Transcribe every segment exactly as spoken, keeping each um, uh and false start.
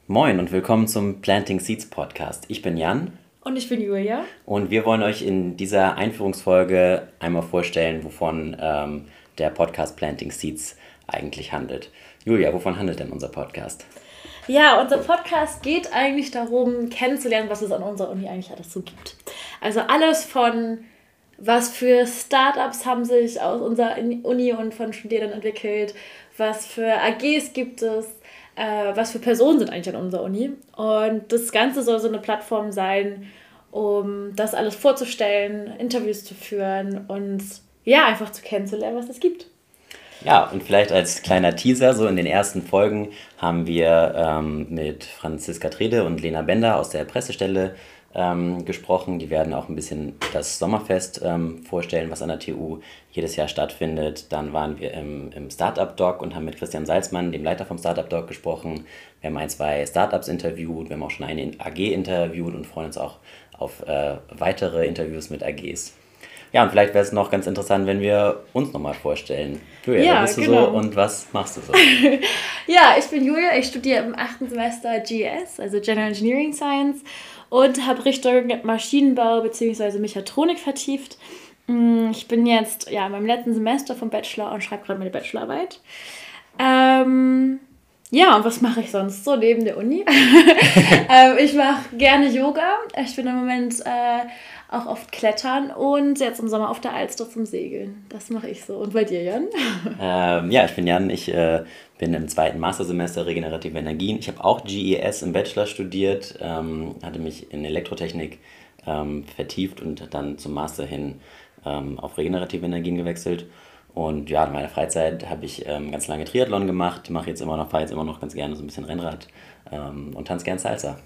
Moin und willkommen zum Planting Seeds Podcast. Ich bin Jan. Und ich bin Julia. Und wir wollen euch in dieser Einführungsfolge einmal vorstellen, wovon ähm, der Podcast Planting Seeds eigentlich handelt. Julia, wovon handelt denn unser Podcast? Ja, unser Podcast geht eigentlich darum, kennenzulernen, was es an unserer Uni eigentlich alles so gibt. Also alles von, was für Startups haben sich aus unserer Uni und von Studierenden entwickelt, was für A Gs gibt es, äh, was für Personen sind eigentlich an unserer Uni. Und das Ganze soll so eine Plattform sein, um das alles vorzustellen, Interviews zu führen und ja, einfach zu kennenzulernen, was es gibt. Ja, und vielleicht als kleiner Teaser, so in den ersten Folgen haben wir ähm, mit Franziska Trede und Lena Bender aus der Pressestelle ähm, gesprochen. Die werden auch ein bisschen das Sommerfest ähm, vorstellen, was an der T U jedes Jahr stattfindet. Dann waren wir im, im Startup-Doc und haben mit Christian Salzmann, dem Leiter vom Startup-Doc, gesprochen. Wir haben ein, zwei Startups interviewt, wir haben auch schon eine A G interviewt und freuen uns auch auf äh, weitere Interviews mit A Gs. Ja, und vielleicht wäre es noch ganz interessant, wenn wir uns nochmal vorstellen. Julia, ja, wer bist du genau. so und was machst du so? Ja, ich bin Julia, ich studiere im achten Semester G E S, also General Engineering Science, und habe Richtung Maschinenbau bzw. Mechatronik vertieft. Ich bin jetzt ja in meinem letzten Semester vom Bachelor und schreibe gerade meine Bachelorarbeit. Ähm, ja, und was mache ich sonst so neben der Uni? ähm, ich mache gerne Yoga. Ich bin im Moment äh, auch oft klettern und jetzt im Sommer auf der Alster zum Segeln. Das mache ich so. Und bei dir, Jan? ähm, ja, ich bin Jan. Ich äh, bin im zweiten Mastersemester Regenerative Energien. Ich habe auch G E S im Bachelor studiert, ähm, hatte mich in Elektrotechnik ähm, vertieft und dann zum Master hin ähm, auf regenerative Energien gewechselt. Und ja, in meiner Freizeit habe ich ähm, ganz lange Triathlon gemacht, mache jetzt immer noch, fahre jetzt immer noch ganz gerne so ein bisschen Rennrad ähm, und tanze gern Salsa.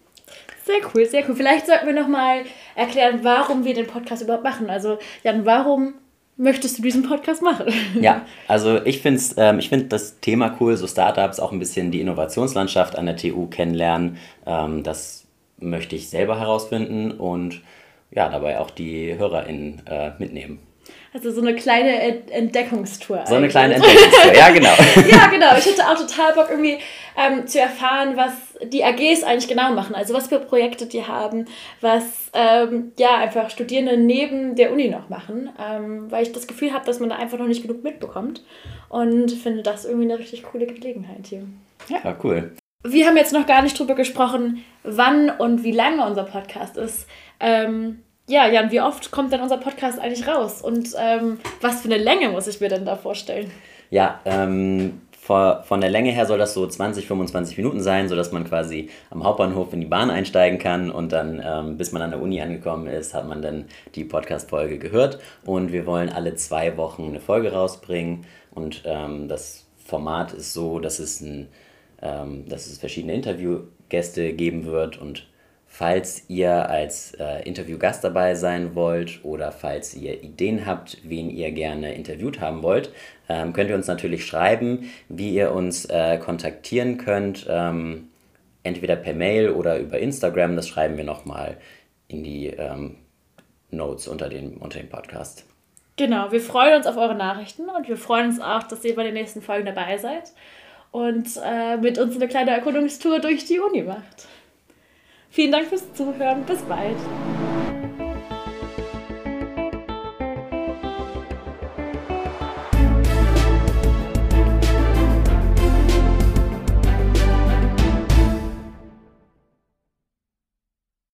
Sehr cool, sehr cool. Vielleicht sollten wir nochmal erklären, warum wir den Podcast überhaupt machen. Also Jan, warum möchtest du diesen Podcast machen? Ja, also ich finde ähm, ich find das Thema cool, so Startups, auch ein bisschen die Innovationslandschaft an der T U kennenlernen. Ähm, das möchte ich selber herausfinden und ja, dabei auch die HörerInnen äh, mitnehmen. Also so eine kleine Entdeckungstour. So eine kleine Entdeckungstour, ja genau. Ja, genau. Ich hätte auch total Bock irgendwie ähm, zu erfahren, was die A Gs eigentlich genau machen. Also was für Projekte die haben, was ähm, ja einfach Studierende neben der Uni noch machen. Ähm, weil ich das Gefühl habe, dass man da einfach noch nicht genug mitbekommt. Und finde das irgendwie eine richtig coole Gelegenheit hier. Ja, cool. Wir haben jetzt noch gar nicht drüber gesprochen, wann und wie lange unser Podcast ist. Ähm, Ja, Jan, wie oft kommt denn unser Podcast eigentlich raus? Und ähm, was für eine Länge muss ich mir denn da vorstellen? Ja, ähm, vor, von der Länge her soll das so zwanzig, fünfundzwanzig Minuten sein, sodass man quasi am Hauptbahnhof in die Bahn einsteigen kann und dann, ähm, bis man an der Uni angekommen ist, hat man dann die Podcast-Folge gehört. Und wir wollen alle zwei Wochen eine Folge rausbringen. Und ähm, das Format ist so, dass es, ein, ähm, dass es verschiedene Interviewgäste geben wird. Und falls ihr als äh, Interviewgast dabei sein wollt oder falls ihr Ideen habt, wen ihr gerne interviewt haben wollt, ähm, könnt ihr uns natürlich schreiben, wie ihr uns äh, kontaktieren könnt, ähm, entweder per Mail oder über Instagram. Das schreiben wir nochmal in die ähm, Notes unter dem, unter dem Podcast. Genau, wir freuen uns auf eure Nachrichten und wir freuen uns auch, dass ihr bei den nächsten Folgen dabei seid und äh, mit uns eine kleine Erkundungstour durch die Uni macht. Vielen Dank fürs Zuhören. Bis bald.